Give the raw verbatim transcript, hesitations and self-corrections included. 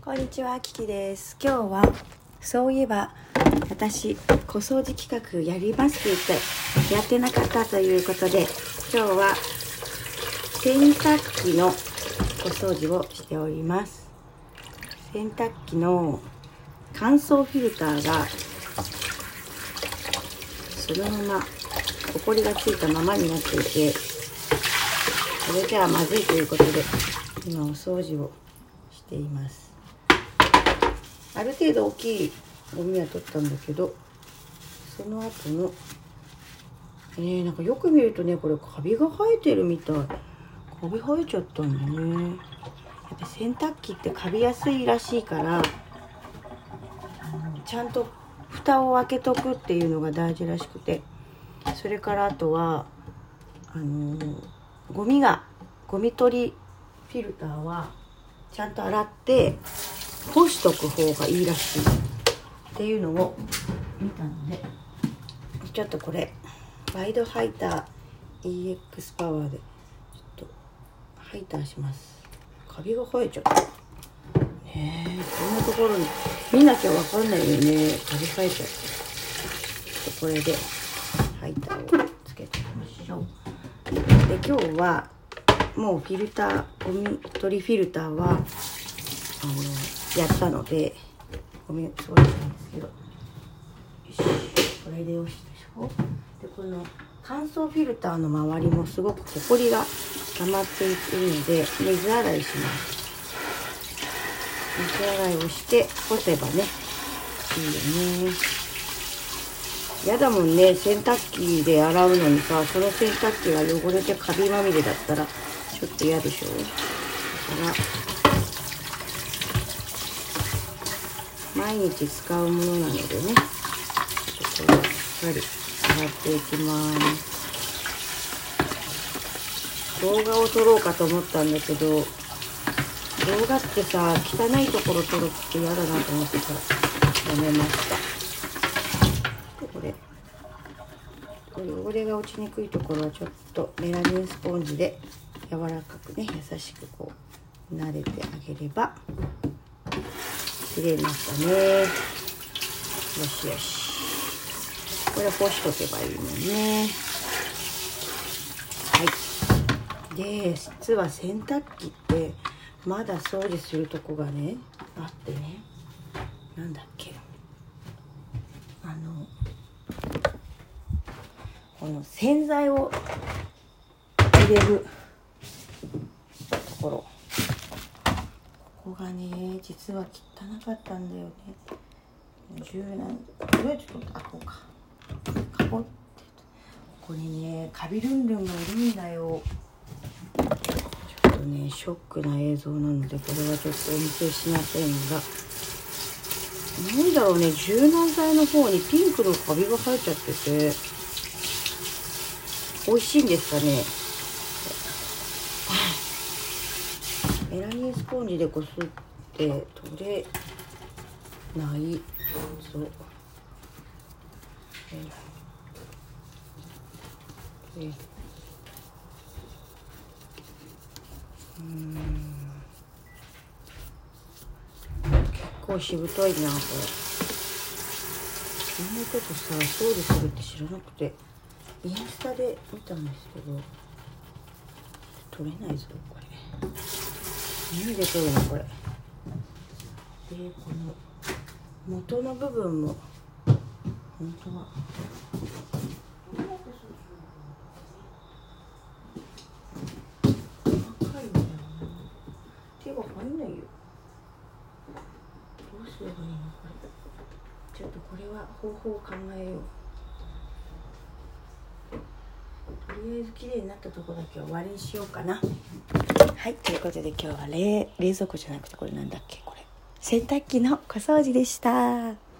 こんにちは、キキです。今日はそういえば私小掃除企画やりますって言ってやってなかったということで、今日は洗濯機の小掃除をしております。洗濯機の乾燥フィルターがそのままホコリがついたままになっていて、それではまずいということで今お掃除をしています。ある程度大きいゴミは取ったんだけど、その後のえー、なんかよく見るとね、これカビが生えてるみたい。カビ生えちゃったんだね。やっぱ洗濯機ってカビやすいらしいから、ちゃんと蓋を開けとくっていうのが大事らしくて、それからあとはあのー、ゴミがゴミ取りフィルターはちゃんと洗って干しとく方がいいらしいっていうのを見たので、ちょっとこれワイドハイター イーエックス パワーでちょっとハイターします。カビが生えちゃったねえ、こんなところに見なきゃわかんないよね。カビ生えちゃった。これでハイターをつけておきましょう。で、今日はもうフィルター、ゴミ取りフィルターはあのやったので、ゴミ掃除なんですけど、よし、これでよしでしょ。で、この乾燥フィルターの周りもすごくホコリが溜まっているので、水洗いします。水洗いをして干せばね、いいよね。やだもんね、洗濯機で洗うのにさ、その洗濯機が汚れてカビまみれだったらちょっと嫌でしょ。だから毎日使うものなのでね、ちょっとこれをしっかり洗っていきます。動画を撮ろうかと思ったんだけど、動画ってさ、汚いところ撮るって嫌だなと思ってからやめました。これこれ汚れが落ちにくいところはちょっとメラミンスポンジで柔らかくね、優しくこう撫でてあげれば綺麗になったね。よしよし、これ干しとけばいいもんね。はい。で、実は洗濯機ってまだ掃除するとこがねあってね、なんだっけ、あのこの洗剤を入れるところ、ここがね実は汚かったんだよね。柔軟、これちょっと開こうか。カポって、ここにねカビルンルンがいるんだよ。ちょっとねショックな映像なので、これはちょっとお見せしませんが、なんだろうね、柔軟剤の方にピンクのカビが生えちゃってて、美味しいんですかね。メラミンスポンジでこすって取れないぞ。ええうん、結構しぶといなこれ。こんなことさ、掃除するって知らなくてインスタで見たんですけど、取れないぞこれ。何で取るのこれ。で、この元の部分も本当は細かいんだよな。手が入んないよ。どうすればいいのこれ。ちょっとこれは方法を考えよう。とりあえず綺麗になったところだけ終わりにしようかな。はい、ということで今日は 冷, 冷蔵庫じゃなくてこれなんだっけ、これ洗濯機の小掃除でした。